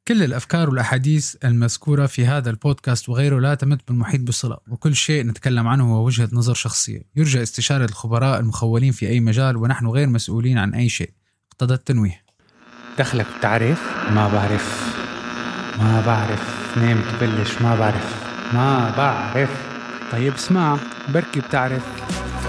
كل الأفكار والأحاديث المذكورة في هذا البودكاست وغيره لا تمت بالمحيط بصلة، وكل شيء نتكلم عنه هو وجهة نظر شخصية يرجى استشارة الخبراء المخولين في أي مجال، ونحن غير مسؤولين عن أي شيء. اقتضى التنويه. دخلك بتعرف؟ ما بعرف نام تبلش ما بعرف. طيب اسمع، بركي بتعرف.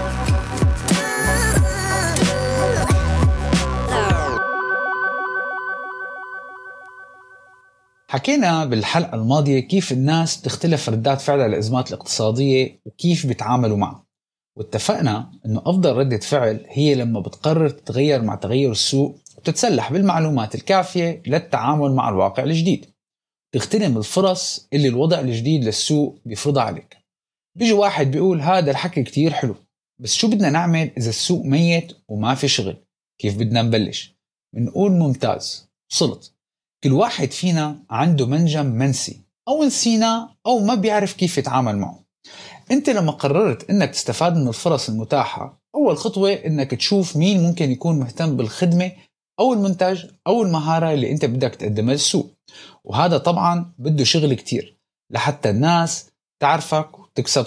حكينا بالحلقة الماضية كيف الناس تختلف ردات فعلها للأزمات الاقتصادية وكيف بيتعاملوا معها، واتفقنا أنه أفضل ردة فعل هي لما بتقرر تتغير مع تغير السوق وتتسلح بالمعلومات الكافية للتعامل مع الواقع الجديد، تغتنم الفرص اللي الوضع الجديد للسوق بيفرضها عليك. بيجي واحد بيقول هذا الحكي كتير حلو، بس شو بدنا نعمل إذا السوق ميت وما في شغل؟ كيف بدنا نبلش؟ بنقول ممتاز، وصلت. كل واحد فينا عنده منجم منسي أو نسينا أو ما بيعرف كيف يتعامل معه. أنت لما قررت أنك تستفاد من الفرص المتاحة، أول خطوة أنك تشوف مين ممكن يكون مهتم بالخدمة أو المنتج أو المهارة اللي أنت بدك تقدمها للسوق، وهذا طبعا بده شغل كتير لحتى الناس تعرفك وتكسب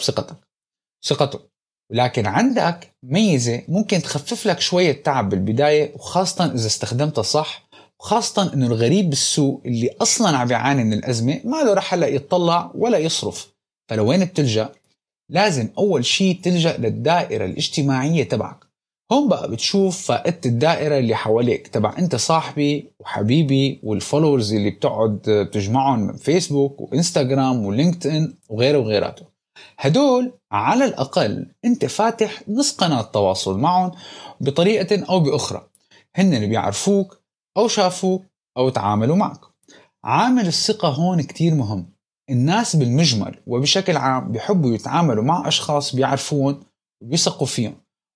ثقته. ولكن عندك ميزة ممكن تخفف لك شوية تعب بالبداية، وخاصة إذا استخدمتها صح، وخاصة إنه الغريب بالسوق اللي أصلاً عم يعاني من الأزمة ما له رح هلا يتطلع ولا يصرف. فلوين بتلجأ؟ لازم أول شيء تلجأ للدائرة الاجتماعية تبعك. هون بقى بتشوف فائدة الدائرة اللي حواليك تبع أنت صاحبي وحبيبي والفولورز اللي بتقعد بتجمعهم من فيسبوك وإنستغرام ولينكدين وغيراته. هدول على الأقل أنت فاتح نص قناة تواصل معهم بطريقة أو بأخرى، هن اللي بيعرفوك أو شافوك أو تعاملوا معك. عامل الثقة هون كتير مهم. الناس بالمجمل وبشكل عام بيحبوا يتعاملوا مع أشخاص بيعرفون وبيثقوا فيهم،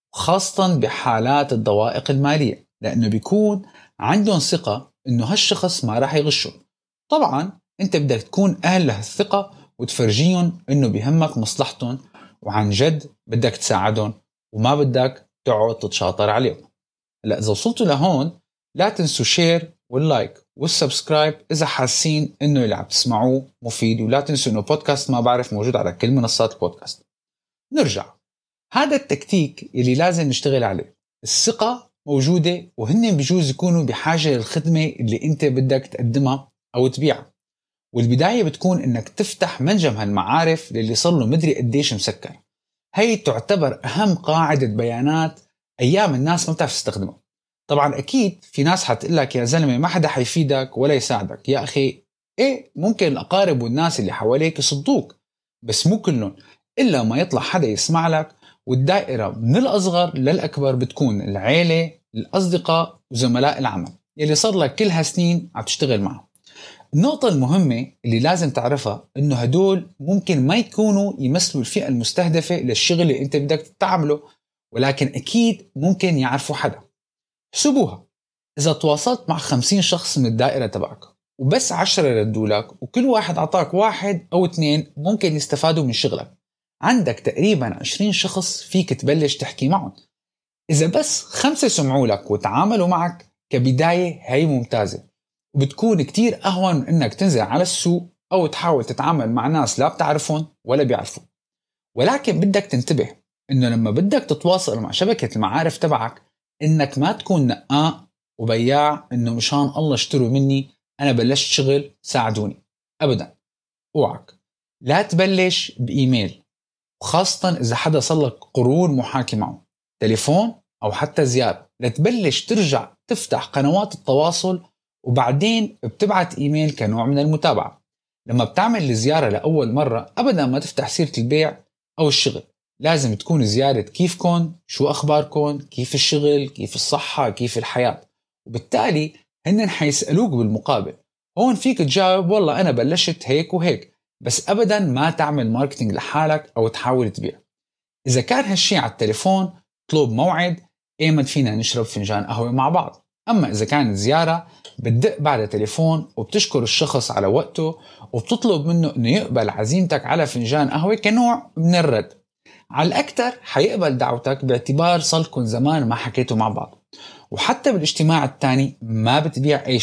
خاصة بحالات الضوائق المالية، لأنه بيكون عندهم ثقة إنه هالشخص ما راح يغشهم. طبعا أنت بدك تكون أهل لهالثقة وتفرجيهم إنه بيهمك مصلحتهم وعن جد بدك تساعدهم وما بدك تقعد تتشاطر عليهم. هلا إذا وصلتوا لهون لا تنسوا شير واللايك والسبسكرايب إذا حاسين إنه اللي عم تسمعوه مفيد، ولا تنسوا إنه بودكاست ما بعرف موجود على كل منصات البودكاست. نرجع، هذا التكتيك اللي لازم نشتغل عليه. الثقة موجودة وهن بيجوز يكونوا بحاجة للخدمة اللي أنت بدك تقدمها أو تبيعها، والبداية بتكون إنك تفتح منجم هالمعارف اللي صار له مدري قديش مسكر. هي تعتبر أهم قاعدة بيانات أيام الناس ما بتعرف تستخدمها. طبعا أكيد في ناس حتقلك يا زلمة ما حدا حيفيدك ولا يساعدك. يا أخي إيه، ممكن الأقارب والناس اللي حواليك يصدوك، بس مو كلهم، إلا ما يطلع حدا يسمع لك. والدائرة من الأصغر للأكبر بتكون العيلة، الأصدقاء وزملاء العمل يلي صار لك كل هالسنين عم تشتغل معه. النقطة المهمة اللي لازم تعرفها إنه هدول ممكن ما يكونوا يمثلوا الفئة المستهدفة للشغل اللي أنت بدك تعمله، ولكن أكيد ممكن يعرفوا حدا. حسبوها، إذا تواصلت مع 50 شخص من الدائرة تبعك وبس 10 ردوا لك وكل واحد أعطاك 1 أو 2 ممكن يستفادوا من شغلك، عندك تقريبا 20 شخص فيك تبلش تحكي معهم. إذا بس 5 سمعوا لك وتعاملوا معك كبداية هي ممتازة، وبتكون كتير أهون من إنك تنزل على السوق أو تحاول تتعامل مع ناس لا بتعرفهم ولا بيعرفون. ولكن بدك تنتبه إنه لما بدك تتواصل مع شبكة المعارف تبعك إنك ما تكون نقاء وبياع إنه مشان الله اشتروا مني، أنا بلشت شغل ساعدوني. أبدا، اوعك لا تبلش بإيميل، وخاصة إذا حدا صلك قرون محاكي معه، تليفون أو حتى زيارة. لا تبلش ترجع تفتح قنوات التواصل وبعدين بتبعت إيميل كنوع من المتابعة. لما بتعمل الزيارة لأول مرة أبدا ما تفتح سيرة البيع أو الشغل، لازم تكون زيارة كيفكن، شو أخباركن، كيف الشغل، كيف الصحة، كيف الحياة. وبالتالي هنن حيسألوك بالمقابل. هون فيك تجاوب والله أنا بلشت هيك وهيك، بس أبدا ما تعمل ماركتينج لحالك أو تحاول تبيع. إذا كان هالشي على التليفون اطلب موعد، ايمت فينا نشرب فنجان قهوة مع بعض. أما إذا كانت زيارة بتدق بعد تليفون وبتشكر الشخص على وقته وبتطلب منه إنه يقبل عزيمتك على فنجان قهوة كنوع من الرد. على الأكثر حيقبل دعوتك باعتبار صلكن زمان ما حكيتوا مع بعض. وحتى بالاجتماع الثاني ما بتبيع أي شيء،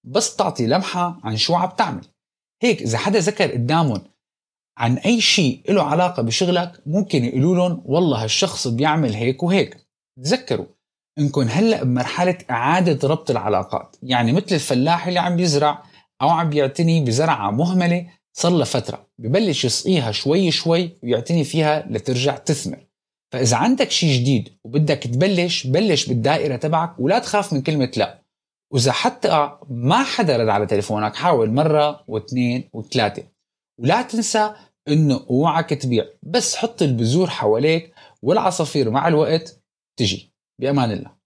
بس تعطي لمحة عن شو عم تعمل. هيك إذا حدا ذكر قدامهم عن أي شيء له علاقة بشغلك ممكن يقولوا لهم والله هالشخص بيعمل هيك وهيك. تذكروا إنكم هلأ بمرحلة إعادة ربط العلاقات، يعني مثل الفلاح اللي عم بيزرع أو عم بيعتني بزرعة مهملة صار له فترة، ببلش يسقيها شوي شوي ويعتني فيها لترجع تثمر. فإذا عندك شيء جديد وبدك تبلش، بلش بالدائرة تبعك ولا تخاف من كلمة لا. وإذا حتى ما حدا رد على تليفونك حاول مرة واثنين وثلاثة. ولا تنسى إنه اوعك تبيع، بس حط البذور حواليك والعصافير مع الوقت تجي. بأمان الله.